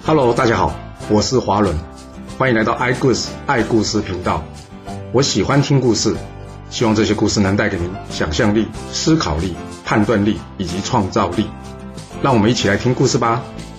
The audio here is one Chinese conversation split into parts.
Hello， 大家好，我是华伦，欢迎来到爱故事爱故事频道。我喜欢听故事，希望这些故事能带给您想象力、思考力、判断力以及创造力。让我们一起来听故事吧。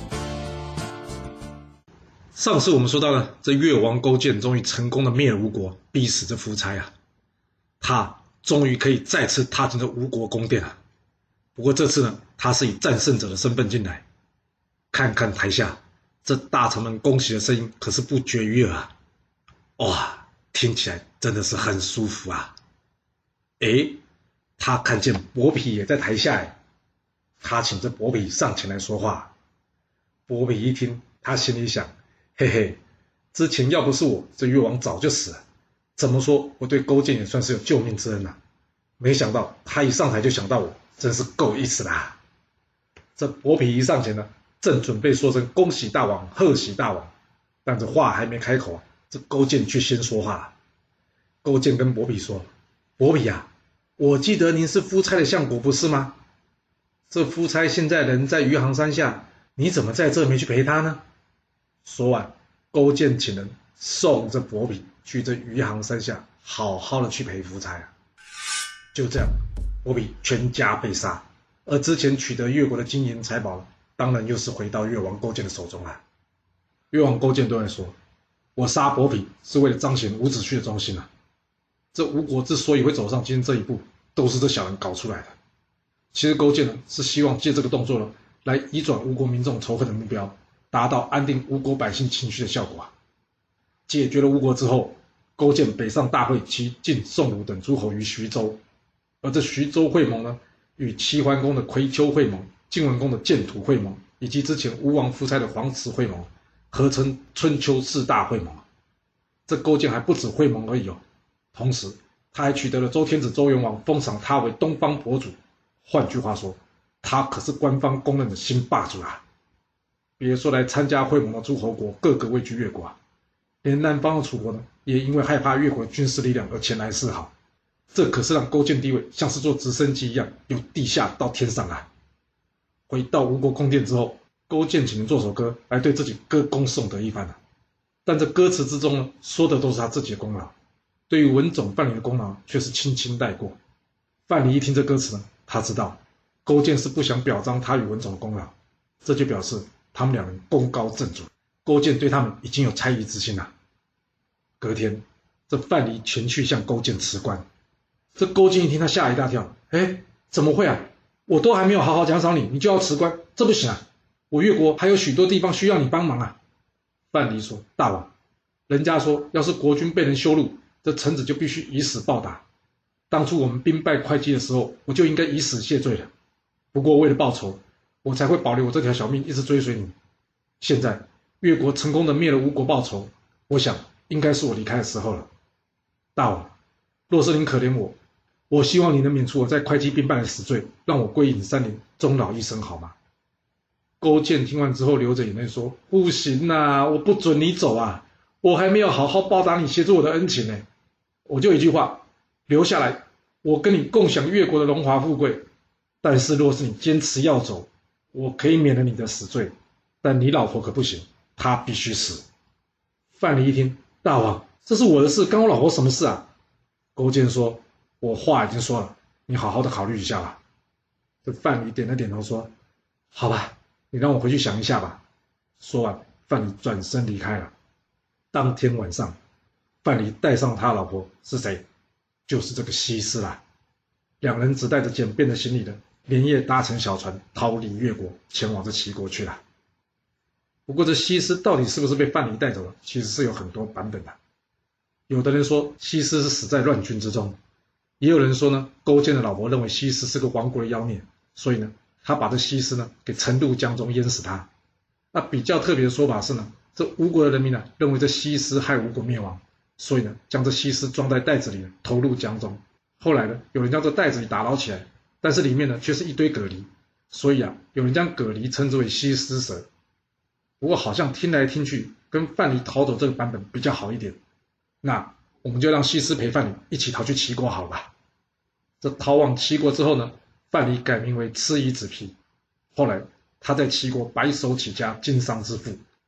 上次我们说到了，这越王勾践终于成功的灭了吴国，逼死这夫差啊，他终于可以再次踏进这吴国宫殿了。不过这次呢，他是以战胜者的身份进来，看看台下这大臣们恭喜的声音可是不绝于耳啊！哇，听起来真的是很舒服啊！诶，他看见伯嚭也在台下，他请这伯嚭上前来说话。伯嚭一听，他心里想：嘿嘿，之前要不是我，这越王早就死了。怎么说，我对勾践也算是有救命之恩啊！没想到他一上台就想到我，真是够意思啦！这伯嚭一上前呢，正准备说声恭喜大王，贺喜大王，但这话还没开口啊，这勾践却先说话了。勾践跟伯嚭说：伯嚭啊，我记得您是夫差的相国不是吗？这夫差现在人在余杭山下，你怎么在这没去陪他呢？说完，勾践请人送这伯嚭去这余杭山下好好的去陪夫差啊。就这样，伯嚭全家被杀，而之前取得越国的金银财宝，当然又是回到越王勾践的手中了。越王勾践对外说：我杀伯嚭是为了彰显伍子胥的忠心啊。这吴国之所以会走上今天这一步，都是这小人搞出来的。其实勾践呢，是希望借这个动作呢，来移转吴国民众仇恨的目标，达到安定吴国百姓情绪的效果啊。解决了吴国之后，勾践北上大会齐晋宋鲁等诸侯于徐州，而这徐州会盟呢，与齐桓公的葵丘会盟、晋文公的建土会盟，以及之前吴王夫差的黄池会盟，合称春秋四大会盟。这勾践还不止会盟而已哦，同时他还取得了周天子周元王封赏他为东方伯主，换句话说，他可是官方公认的新霸主啊！别说来参加会盟的诸侯国个个畏惧越国啊，连南方的楚国呢，也因为害怕越国的军事力量而前来示好。这可是让勾践地位像是坐直升机一样，由地下到天上啊！回到吴国宫殿之后，勾践请人做首歌来对自己歌功颂德一番啊。但这歌词之中呢，说的都是他自己的功劳，对于文种范蠡的功劳却是轻轻带过。范蠡一听这歌词呢，他知道勾践是不想表彰他与文种的功劳，这就表示他们两人功高震主，勾践对他们已经有猜疑之心了。隔天，这范蠡前去向勾践辞官。这勾践一听，他吓一大跳，怎么会啊？我都还没有好好奖赏你，你就要辞官，这不行啊！我越国还有许多地方需要你帮忙啊。范蠡说：大王，人家说要是国君被人羞辱，这臣子就必须以死报答。当初我们兵败会稽的时候，我就应该以死谢罪了。不过为了报仇，我才会保留我这条小命一直追随你。现在越国成功的灭了吴国报仇，我想应该是我离开的时候了。大王，若是您可怜我，我希望你能免除我在会稽兵败的死罪，让我归隐山林，终老一生好吗？勾践听完之后流着眼泪说：不行啊，我不准你走啊，我还没有好好报答你协助我的恩情呢。我就一句话，留下来，我跟你共享越国的荣华富贵。但是若是你坚持要走，我可以免了你的死罪，但你老婆可不行，她必须死。范蠡一听，大王，这是我的事，干我老婆什么事啊？勾践说：我话已经说了，你好好的考虑一下吧。这范蠡点了点头说：好吧，你让我回去想一下吧。说完，范蠡转身离开了。当天晚上，范蠡带上他老婆是谁？就是这个西施啦。两人只带着简便的行李的，连夜搭乘小船逃离越国，前往这齐国去了。不过这西施到底是不是被范蠡带走了，其实是有很多版本的。有的人说西施是死在乱军之中，也有人说呢，勾践的老婆认为西施是个亡国的妖孽，所以呢，他把这西施呢给沉入江中淹死他。那比较特别的说法是呢，这吴国的人民呢认为这西施害吴国灭亡，所以呢将这西施装在袋子里投入江中。后来呢，有人将这袋子里打捞起来，但是里面呢却是一堆蛤蜊，所以啊，有人将蛤蜊称之为西施蛇。不过好像听来听去，跟范蠡逃走这个版本比较好一点。那我们就让西施陪范蠡一起逃去齐国好了吧。这逃往齐国之后呢，范蠡改名为吃夷子皮。后来他在齐国白手起家，经商致富，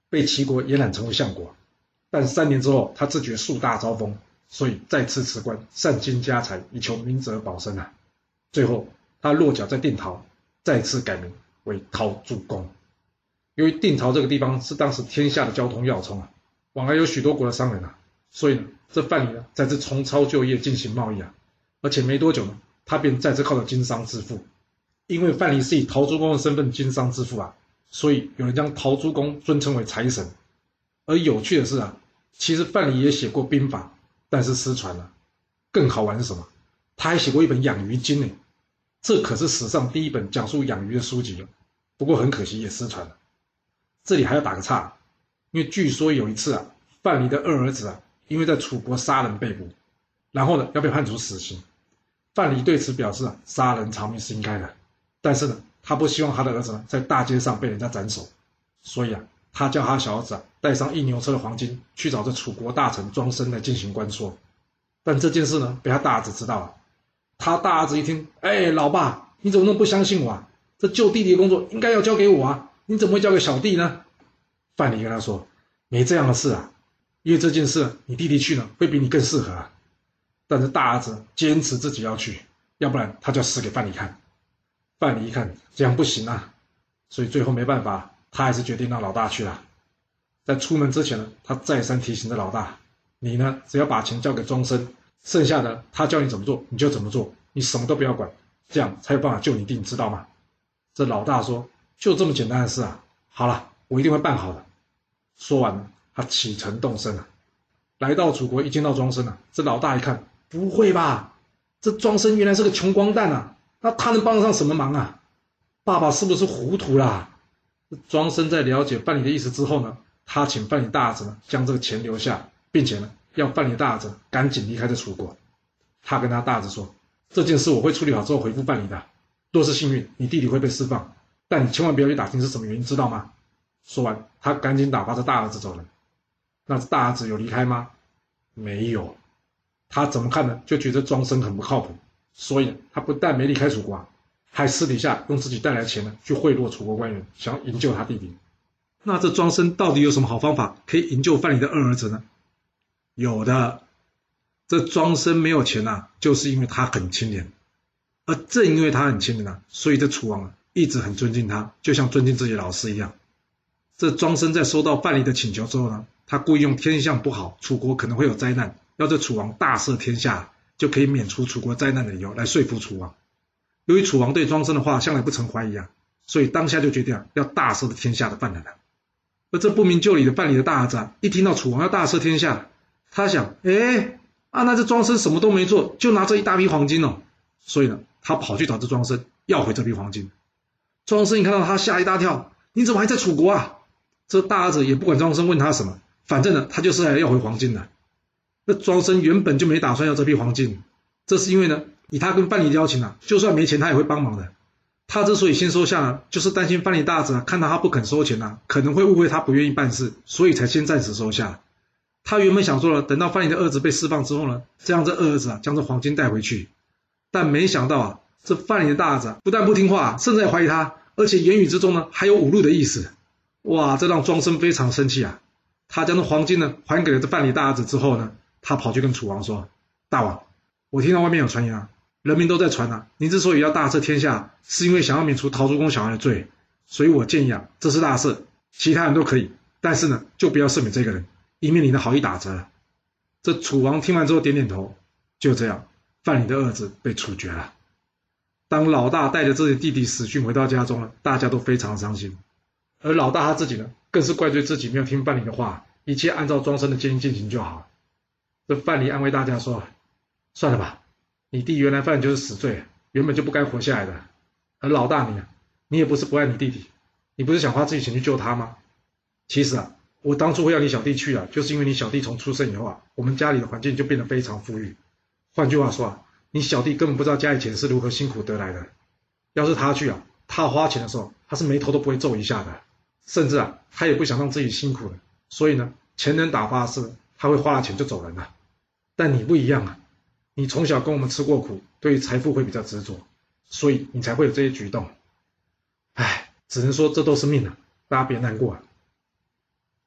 被齐国延揽成为相国。但3年之后，他自觉树大招风，所以再次辞官，散尽家财，以求明哲保身啊。最后，他落脚在定陶，再次改名为陶朱公。由于定陶这个地方是当时天下的交通要冲啊，往来有许多国的商人啊，所以呢，这范蠡呢再次重操旧业进行贸易啊，而且没多久呢，他便再次靠着经商致富。因为范蠡是以陶朱公的身份经商致富啊，所以有人将陶朱公尊称为财神。而有趣的是啊，其实范蠡也写过兵法，但是失传了。更好玩是什么？他还写过一本养鱼经呢，这可是史上第一本讲述养鱼的书籍了。不过很可惜也失传了。这里还要打个岔，因为据说有一次啊，范蠡的2儿子啊，因为在楚国杀人被捕，然后呢要被判处死刑。范蠡对此表示啊，杀人偿命是应该的，但是呢，他不希望他的儿子呢在大街上被人家斩首，所以啊，他叫他小儿子啊带上1牛车的黄金去找这楚国大臣庄生来进行关说。但这件事呢被他大儿子知道了。他大儿子一听，老爸，你怎么那么不相信我啊？这救弟弟的工作应该要交给我啊，你怎么会交给小弟呢？范蠡跟他说，没这样的事啊，因为这件事你弟弟去呢会比你更适合啊。但是大儿子坚持自己要去，要不然他就要死给范蠡看。范蠡一看这样不行啊，所以最后没办法，他还是决定让老大去了。在出门之前呢，他再三提醒着老大，你呢只要把钱交给庄生，剩下的他叫你怎么做你就怎么做，你什么都不要管，这样才有办法救你弟，你知道吗？这老大说，就这么简单的事啊，好了，我一定会办好的。说完了，他启程动身了。来到楚国，一见到庄生啊，这老大一看，不会吧，这庄生原来是个穷光蛋啊，那他能帮得上什么忙啊？爸爸是不是糊涂啦？庄生在了解范蠡的意思之后呢，他请范蠡大儿子呢将这个钱留下，并且呢要范蠡大儿子赶紧离开这楚国。他跟他大儿子说，这件事我会处理好之后回复范蠡的，若是幸运，你弟弟会被释放，但你千万不要去打听是什么原因，知道吗？说完，他赶紧打发着大儿子走了。那大儿子有离开吗？没有。他怎么看呢？就觉得庄生很不靠谱，所以他不但没离开楚国啊，还私底下用自己带来的钱呢去贿赂楚国官员，想要营救他弟弟。那这庄生到底有什么好方法可以营救范蠡的2儿子呢？有的。这庄生没有钱啊，就是因为他很清廉。而正因为他很清廉啊，所以这楚王啊一直很尊敬他，就像尊敬自己的老师一样。这庄生在收到范蠡的请求之后呢，他故意用天象不好，楚国可能会有灾难，要这楚王大赦天下，就可以免除楚国灾难的理由来说服楚王。由于楚王对庄生的话向来不曾怀疑啊，所以当下就决定啊要大赦天下的犯人了。而这不明就里的范蠡的大儿子啊，一听到楚王要大赦天下，他想，那这庄生什么都没做，就拿这一大批黄金哦，所以呢，他跑去找这庄生要回这批黄金。庄生一看到他吓一大跳，你怎么还在楚国啊？这大儿子也不管庄生问他什么，反正呢，他就是来要回黄金的。那庄生原本就没打算要这批黄金，这是因为呢，以他跟范蠡的交情啊，就算没钱他也会帮忙的。他之所以先收下呢，就是担心范蠡大儿子啊，看到他不肯收钱啊，可能会误会他不愿意办事，所以才先暂时收下。他原本想说了，等到范蠡的儿子被释放之后呢，这样这二儿子啊将这黄金带回去。但没想到啊，这范蠡的大儿子不但不听话，甚至还怀疑他，而且言语之中呢还有侮辱的意思。哇，这让庄生非常生气啊！他将这黄金呢还给了这范蠡大儿子之后呢，他跑去跟楚王说：“大王，我听到外面有传言啊，人民都在传啊，您之所以要大赦天下，是因为想要免除陶朱公小孩的罪，所以我建议啊，这次大赦，其他人都可以，但是呢，就不要赦免这个人，以免你的好意打折。”这楚王听完之后点点头，就这样，范蠡的儿子被处决了。当老大带着自己的弟弟死讯回到家中了，大家都非常伤心，而老大他自己呢，更是怪罪自己没有听范蠡的话，一切按照庄生的建议进行就好。这范蠡安慰大家说：“算了吧，你弟原来犯的就是死罪，原本就不该活下来的。而老大你也不是不爱你弟弟，你不是想花自己钱去救他吗？其实啊，我当初会要你小弟去啊，就是因为你小弟从出生以后啊，我们家里的环境就变得非常富裕。换句话说啊，你小弟根本不知道家里钱是如何辛苦得来的。要是他去啊，他花钱的时候，他是眉头都不会皱一下的，甚至啊，他也不想让自己辛苦了。所以呢，钱能打发的事，他会花了钱就走人了。但你不一样啊，你从小跟我们吃过苦，对于财富会比较执着，所以你才会有这些举动。唉，只能说这都是命啊，大家别难过啊。”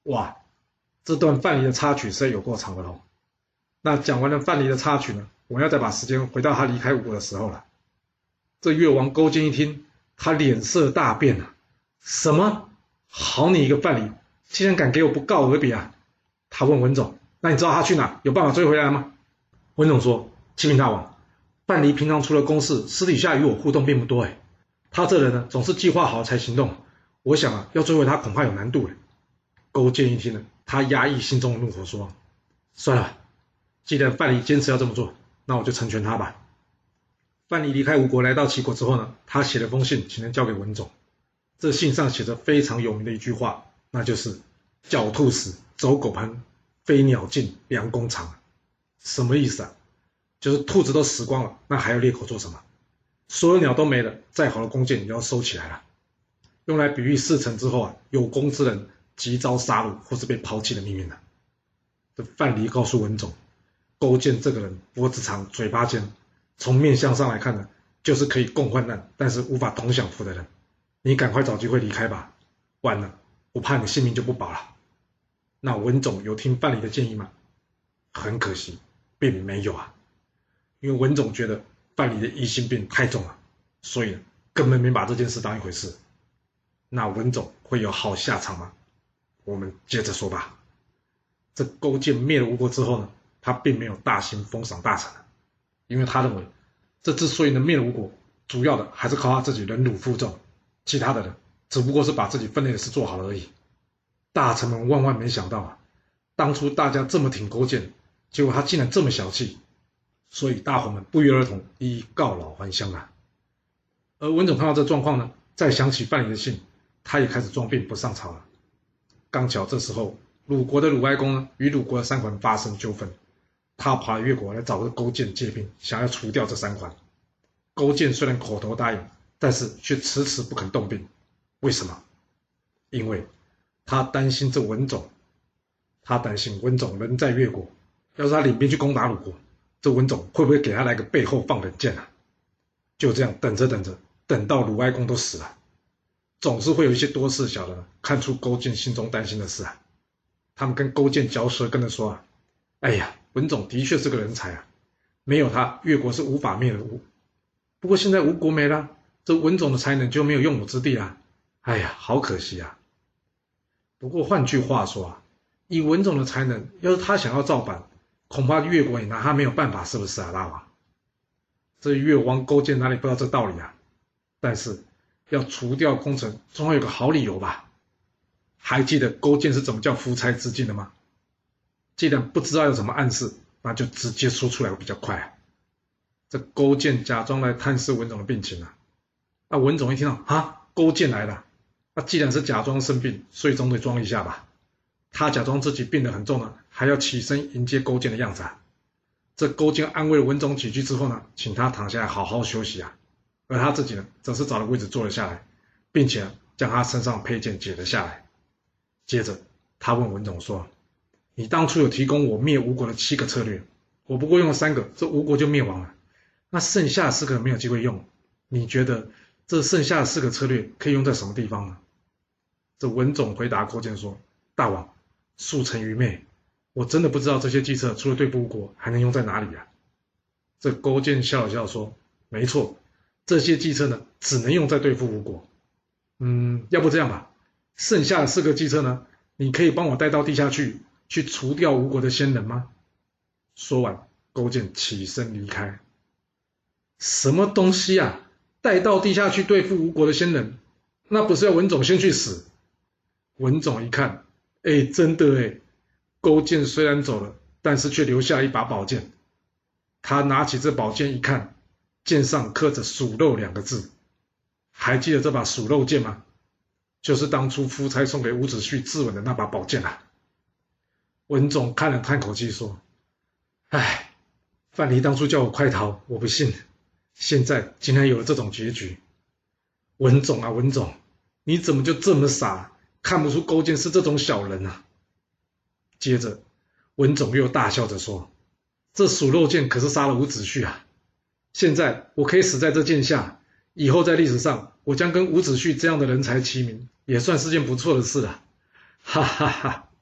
哇，这段范蠡的插曲实在有够长的喽。那讲完了范蠡的插曲呢，我要再把时间回到他离开吴国的时候了。这越王勾践一听，他脸色大变了。什么？好你一个范蠡，竟然敢给我不告而别啊！他问文种，那你知道他去哪？有办法追回来吗？文种说，启禀大王，范蠡平常除了公事，私底下与我互动并不多诶。他这人呢，总是计划好才行动。我想啊，要追回他恐怕有难度诶。勾践一听呢，他压抑心中的怒火说，算了，既然范蠡坚持要这么做，那我就成全他吧。范蠡离开吴国来到齐国之后呢，他写了封信，请人交给文种。这信上写着非常有名的一句话，那就是狡兔死，走狗烹，飞鸟尽，良弓藏。什么意思啊？就是兔子都死光了，那还要猎口做什么？所有鸟都没了，再好的弓箭也要收起来了。用来比喻事成之后啊，有功之人即遭杀戮或是被抛弃的命运了。这范蠡告诉文种，勾践这个人脖子长嘴巴尖，从面相上来看呢，就是可以共患难，但是无法同享福的人。你赶快找机会离开吧，晚了我怕你性命就不保了。那文种有听范蠡的建议吗？很可惜，并没有啊。因为文种觉得范蠡的疑心病太重了，所以根本没把这件事当一回事。那文种会有好下场吗？我们接着说吧。这勾践灭了吴国之后呢，他并没有大兴封赏大臣，因为他认为这之所以能灭了吴国，主要的还是靠他自己忍辱负重，其他的人只不过是把自己分内的事做好了而已。大臣们万万没想到啊，当初大家这么挺勾践，结果他竟然这么小气，所以大伙们不约而同一一告老还乡啊。而文种看到这状况呢，再想起范蠡的信，他也开始装病不上朝了。刚巧这时候鲁国的鲁哀公呢，与鲁国的三桓发生纠纷，他跑来越国来找个勾践借兵，想要除掉这三桓。勾践虽然口头答应，但是却迟迟不肯动兵。为什么？因为他担心这文种，他担心文种人在越国，要是他领兵去攻打鲁国，这文种会不会给他来个背后放冷箭啊？就这样等着等着，等到鲁哀公都死了，总是会有一些多事小的看出勾践心中担心的事啊。他们跟勾践嚼舌根的说啊，哎呀，文种的确是个人才啊，没有他越国是无法灭了吴。不过现在吴国没了，这文种的才能就没有用武之地啊，哎呀，好可惜啊。不过换句话说啊，以文种的才能，要是他想要造反，恐怕越国也拿他没有办法，是不是啊，大王？这越王勾践哪里不知道这道理啊？但是要除掉功臣，总要有个好理由吧？还记得勾践是怎么叫夫差之境的吗？既然不知道有什么暗示，那就直接说出来会比较快啊。这勾践假装来探视文种的病情啊。那文种一听到啊，勾践来了，那既然是假装生病，所以总得装一下吧。他假装自己病得很重了，还要起身迎接勾践的样子啊。这勾践安慰了文种几句之后呢，请他躺下来好好休息啊。而他自己呢，则是找了位置坐了下来，并且将他身上佩剑解了下来。接着他问文种说，你当初有提供我灭吴国的7个策略，我不过用了3个，这吴国就灭亡了，那剩下的4个没有机会用，你觉得这剩下的4个策略可以用在什么地方呢？这文种回答勾践说，大王，恕臣愚昧，我真的不知道这些计策除了对付吴国还能用在哪里啊。这勾践笑了笑说，没错，这些计策呢只能用在对付吴国。要不这样吧，剩下的4个计策呢，你可以帮我带到地下去除掉吴国的先人吗？说完，勾践起身离开。什么东西啊？带到地下去对付吴国的先人，那不是要文种先去死？文种一看，真的勾践虽然走了，但是却留下一把宝剑。他拿起这宝剑一看，剑上刻着鼠肉2个字。还记得这把鼠肉剑吗？就是当初夫差送给伍子胥自刎的那把宝剑啊。文种看了叹口气说，唉，范蠡当初叫我快逃，我不信，现在竟然有了这种结局。文种啊文种，你怎么就这么傻，看不出勾践是这种小人啊？接着文种又大笑着说，这鼠肉剑可是杀了伍子胥啊，现在我可以死在这剑下，以后在历史上我将跟伍子胥这样的人才齐名，也算是件不错的事啊，哈哈哈。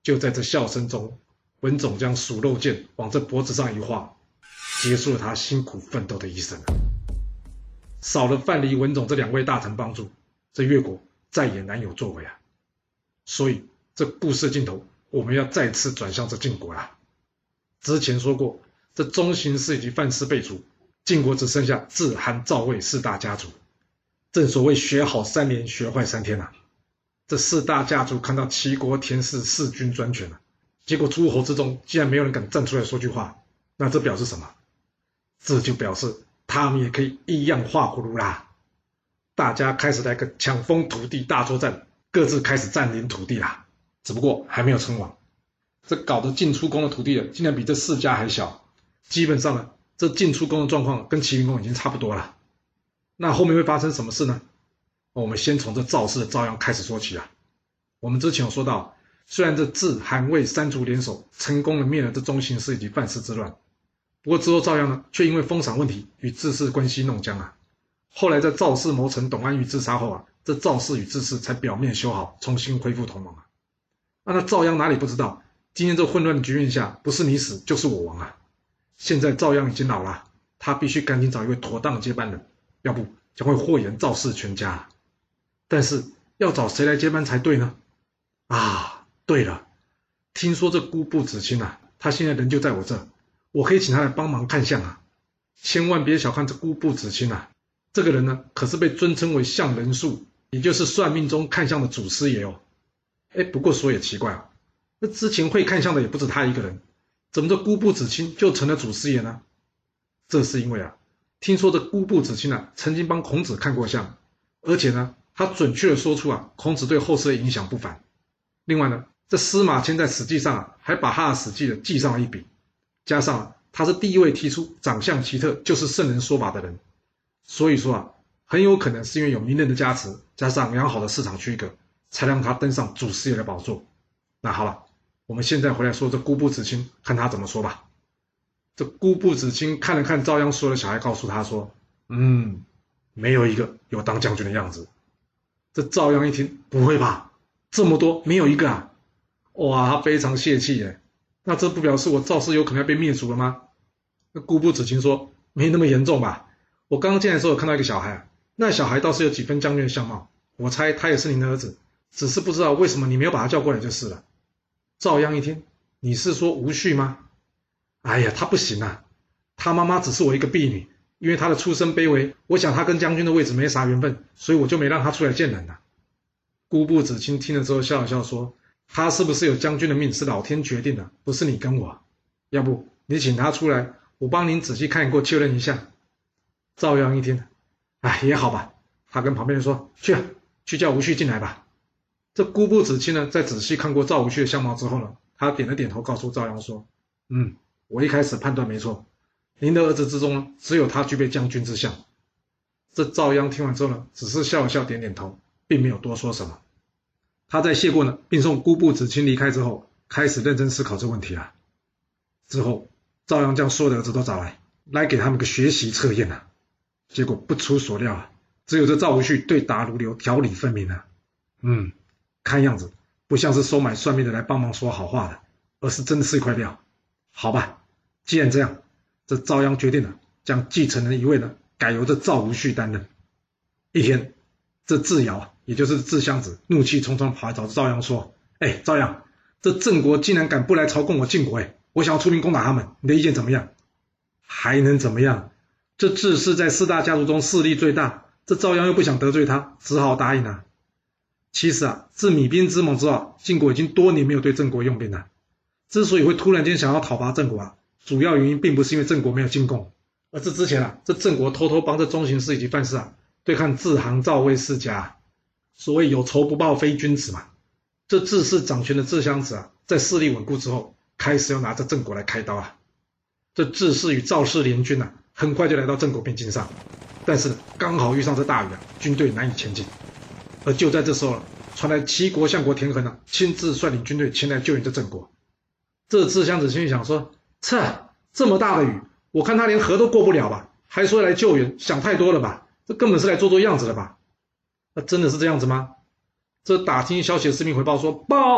就在这笑声中，文种将鼠肉剑往这脖子上一划，结束了他辛苦奋斗的一生。少了范蠡、文种这两位大臣帮助，这越国再也难有作为啊！所以这故事尽头，我们要再次转向这晋国啦。之前说过，这中行氏以及范氏被除，晋国只剩下自韩赵魏四大家族。正所谓学好3年，学坏3天啊！这四大家族看到齐国田氏弑君专权啊，结果诸侯之中竟然没有人敢站出来说句话，那这表示什么？这就表示他们也可以一样画葫芦啦！大家开始来个抢封土地大作战，各自开始占领土地啦。只不过还没有称王，这搞得晋出公的土地竟然比这4家还小，基本上呢，这晋出公的状况跟齐灵公已经差不多了。那后面会发生什么事呢？我们先从这赵氏的赵鞅开始说起啊。我们之前有说到，虽然这自韩魏3族联手成功的灭了这中行氏以及范氏之乱，不过之后赵鞅呢，却因为封赏问题与智氏关系弄僵啊。后来在赵氏谋臣董安于自杀后啊，这赵氏与智氏才表面修好，重新恢复同盟啊。那赵鞅哪里不知道，今天这混乱的局面下，不是你死就是我亡啊。现在赵鞅已经老了，他必须赶紧找一位妥当的接班人，要不将会祸延赵氏全家。但是要找谁来接班才对呢？啊，对了，听说这姑布子卿啊，他现在人就在我这，我可以请他来帮忙看相啊。千万别小看这姑布子卿啊，这个人呢，可是被尊称为相人术，也就是算命中看相的祖师爷哦。不过说也奇怪啊，那之前会看相的也不止他一个人，怎么这姑布子卿就成了祖师爷呢？这是因为啊，听说这姑布子卿啊，曾经帮孔子看过相，而且呢，他准确的说出啊，孔子对后世的影响不凡。另外呢，这司马迁在史记上啊，还把他的史记记上了一笔，加上啊，他是第一位提出长相奇特就是圣人说法的人，所以说啊，很有可能是因为有名人的加持，加上良好的市场区隔，才让他登上祖师爷的宝座。那好了，我们现在回来说这姑布子卿，看他怎么说吧。这姑布子卿看了看赵鞅所有的小孩，告诉他说：“没有一个有当将军的样子。”这赵鞅一听，不会吧？这么多没有一个啊！哇，他非常泄气耶。那这不表示我赵氏有可能要被灭族了吗？那姑布子卿说：“没那么严重吧？我刚刚进来的时候有看到一个小孩啊，那小孩倒是有几分将军的相貌，我猜他也是您的儿子，只是不知道为什么你没有把他叫过来就是了。”赵鞅一听，你是说吴旭吗？哎呀，他不行啊，他妈妈只是我一个婢女，因为他的出身卑微，我想他跟将军的位置没啥缘分，所以我就没让他出来见人了。姑布子卿听了之后笑了笑说：“他是不是有将军的命是老天决定的，不是你跟我。要不你请他出来，我帮您仔细看过确认一下。”赵鞅一听，也好吧，他跟旁边人说：“去叫吴旭进来吧。”这姑布子卿呢，在仔细看过赵无恤的相貌之后呢，他点了点头，告诉赵鞅说：“我一开始判断没错，您的儿子之中呢，只有他具备将军之相。”这赵鞅听完之后呢，只是笑了笑，点点头，并没有多说什么。他在谢过呢，并送姑布子卿离开之后，开始认真思考这问题啊。之后，赵鞅将所有的儿子都找来给他们个学习测验啊。结果不出所料啊，只有这赵无恤对答如流，条理分明啊。看样子不像是收买算命的来帮忙说好话的，而是真的是一块料。好吧，既然这样，这赵鞅决定了将继承人一位呢，改由这赵无恤担任。一天，这智瑶也就是智襄子怒气冲冲跑来找赵鞅说：“赵鞅，这郑国竟然敢不来朝贡我晋国，我想要出兵攻打他们，你的意见怎么样？”还能怎么样？这智氏在4大家族中势力最大，这赵鞅又不想得罪他，只好答应了。其实啊，自弭兵之盟之后，晋国已经多年没有对郑国用兵了。之所以会突然间想要讨伐郑国啊，主要原因并不是因为郑国没有进贡，而是之前啊，这郑国偷偷帮这中行氏以及范氏啊，对抗自韩赵魏4家。所谓有仇不报非君子嘛。这智氏掌权的智襄子啊，在势力稳固之后，开始要拿着郑国来开刀啊。这智氏与赵氏联军啊，很快就来到郑国边境上，但是刚好遇上这大雨啊，军队难以前进。而就在这时候，传来齐国相国田横啊，亲自率领军队前来救援这郑国。这智襄子心里想说：“这么大的雨，我看他连河都过不了吧，还说来救援，想太多了吧？这根本是来做样子的吧？”那真的是这样子吗？这打听消息的士兵回报说：“报，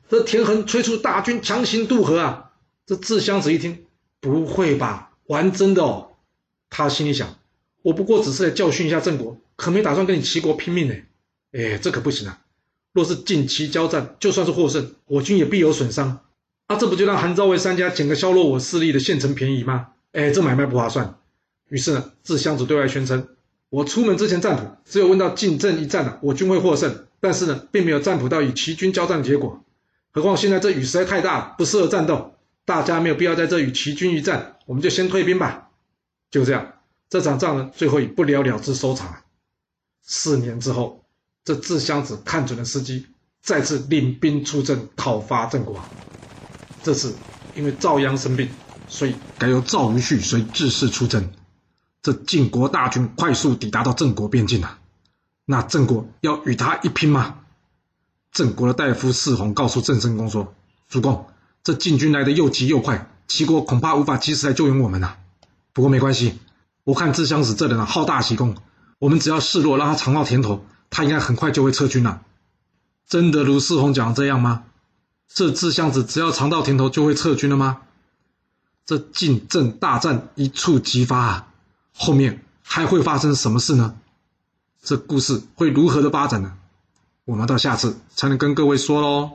这田横催促大军强行渡河啊！这智襄子一听，不会吧，玩真的哦？他心里想，我不过只是来教训一下郑国，可没打算跟你齐国拼命呢。这可不行啊！若是晋齐交战，就算是获胜，我军也必有损伤。这不就让韩赵魏三家捡个削弱我势力的现成便宜吗？这买卖不划算。于是呢，智襄子对外宣称，我出门之前占卜，只有问到晋郑一战我军会获胜，但是呢，并没有占卜到与齐军交战的结果。何况现在这雨实在太大，不适合战斗，大家没有必要在这与齐军一战，我们就先退兵吧。就这样，这场仗呢，最后以不了了之收场。4年之后，这智襄子看准了时机，再次领兵出征讨伐郑国。这次因为赵鞅生病，所以该由赵于绪随智士出征。这晋国大军快速抵达到郑国边境了，那郑国要与他一拼吗？郑国的大夫士弘告诉郑申公说，主公，这晋军来得又急又快，齐国恐怕无法及时来救援我们啊。不过没关系，我看智襄子这人好大喜功，我们只要示弱让他尝到甜头，他应该很快就会撤军了。真的如士弘讲的这样吗？这智襄子只要尝到甜头就会撤军了吗？这晋郑大战一触即发啊，后面还会发生什么事呢？这故事会如何的发展呢？我们到下次才能跟各位说咯。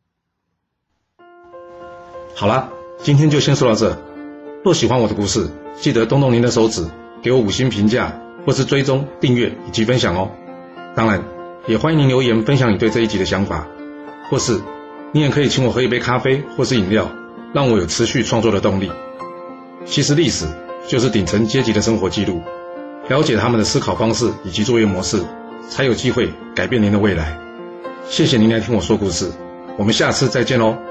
好啦，今天就先说到这。若喜欢我的故事，记得动动您的手指，给我5星评价，或是追踪、订阅以及分享哦。当然，也欢迎您留言分享你对这一集的想法，或是你也可以请我喝一杯咖啡或是饮料，让我有持续创作的动力。其实历史就是顶层阶级的生活记录，了解他们的思考方式以及作业模式，才有机会改变您的未来。谢谢您来听我说故事，我们下次再见咯。